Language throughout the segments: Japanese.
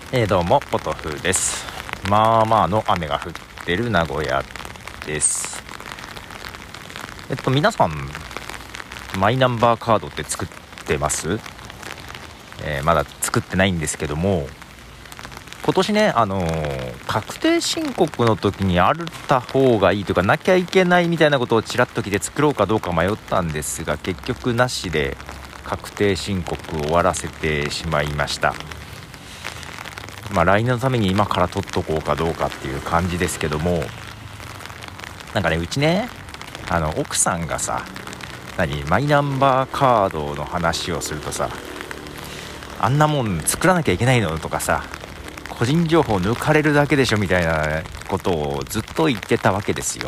どうもポトフです。まあまあの雨が降ってる名古屋です。皆さんマイナンバーカードって作ってます？まだ作ってないんですけども、今年ね確定申告の時にあった方がいいというかなきゃいけないみたいなことをちらっと聞いて作ろうかどうか迷ったんですが、結局なしで確定申告を終わらせてしまいました。来年のために今から取っとこうかどうかっていう感じですけども、なんかね、うちね奥さんがさマイナンバーカードの話をするとさ、あんなもん作らなきゃいけないのとかさ、個人情報抜かれるだけでしょみたいなことをずっと言ってたわけですよ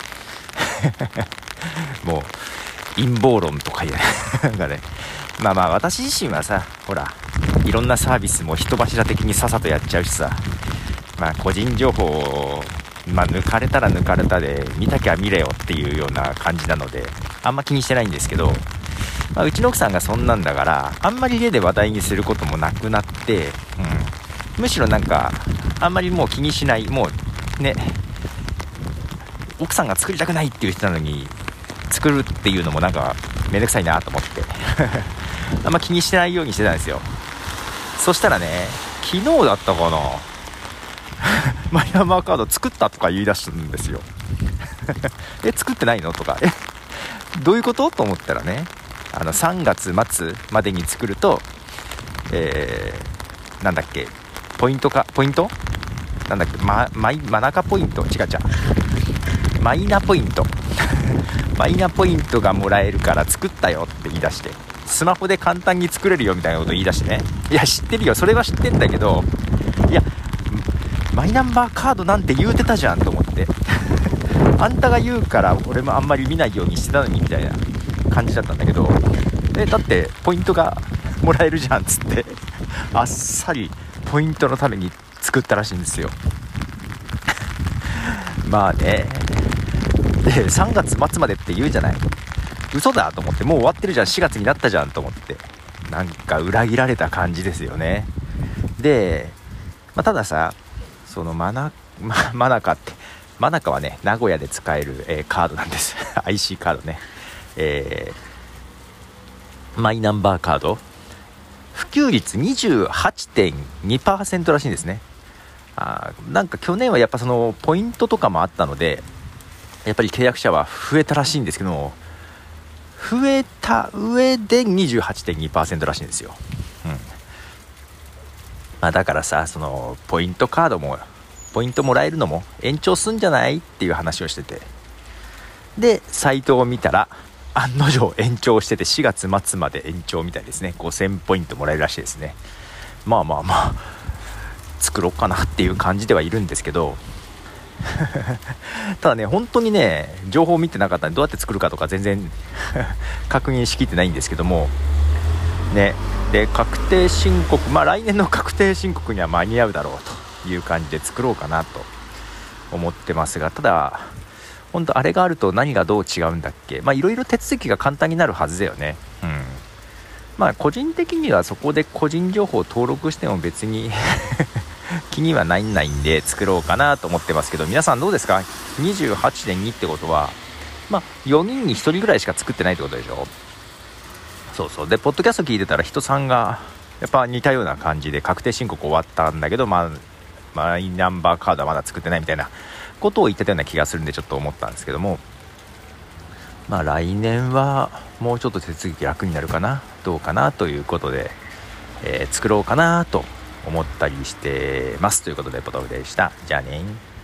もう陰謀論とかなんかね、私自身はさ、ほらいろんなサービスも人柱的にさっさとやっちゃうしさ、個人情報を、抜かれたら抜かれたで見たきゃ見れよっていうような感じなのであんま気にしてないんですけど、うちの奥さんがそんなんだからあんまり家で話題にすることもなくなって、むしろなんかあんまりもう気にしない、もうね、奥さんが作りたくないっていう人なのに作るっていうのもなんかめんどくさいなと思ってあんま気にしてないようにしてたんですよ。そしたらね、昨日だったかなマイナンバーカード作ったとか言い出したんですよ作ってないのとかどういうことと思ったらね、3月末までに作るとなんだっけ、ポイントなんだっけ、マナカポイント、マイナポイントマイナポイントがもらえるから作ったよって言い出して、スマホで簡単に作れるよみたいなことを言い出してね、いや知ってるよ、それは知ってんだけど、いやマイナンバーカードなんて言うてたじゃんと思ってあんたが言うから俺もあんまり見ないようにしてたのにみたいな感じだったんだけど、だってポイントがもらえるじゃんっつってあっさりポイントのために作ったらしいんですよで3月末までって言うじゃない、嘘だと思って、もう終わってるじゃん、4月になったじゃんと思って、なんか裏切られた感じですよね。で、たださ、そのマナカはね、名古屋で使える、カードなんですIC カードね、マイナンバーカード普及率 28.2% らしいんですね。なんか去年はやっぱそのポイントとかもあったので、やっぱり契約者は増えたらしいんですけども、増えた上で 28.2% らしいんですよ。だからさ、そのポイントカードもポイントもらえるのも延長すんじゃないっていう話をしてて、でサイトを見たら案の定延長してて、4月末まで延長みたいですね。5000ポイントもらえるらしいですね。作ろうかなっていう感じではいるんですけどただね、本当にね、情報を見てなかったんでどうやって作るかとか全然確認しきってないんですけどもね。で確定申告、来年の確定申告には間に合うだろうという感じで作ろうかなと思ってますが、ただ本当あれがあると何がどう違うんだっけ、いろいろ手続きが簡単になるはずだよね。個人的にはそこで個人情報を登録しても別に気にはないんで作ろうかなと思ってますけど、皆さんどうですか？ 28.2 ってことは4人に1人ぐらいしか作ってないってことでしょ。そうで、ポッドキャスト聞いてたら人さんがやっぱ似たような感じで確定申告終わったんだけど、マイナンバーカードはまだ作ってないみたいなことを言ってたような気がするんで、ちょっと思ったんですけども、来年はもうちょっと手続き楽になるかな、どうかなということで、作ろうかなと思ったりしてますということで、ポトフでした。じゃあね。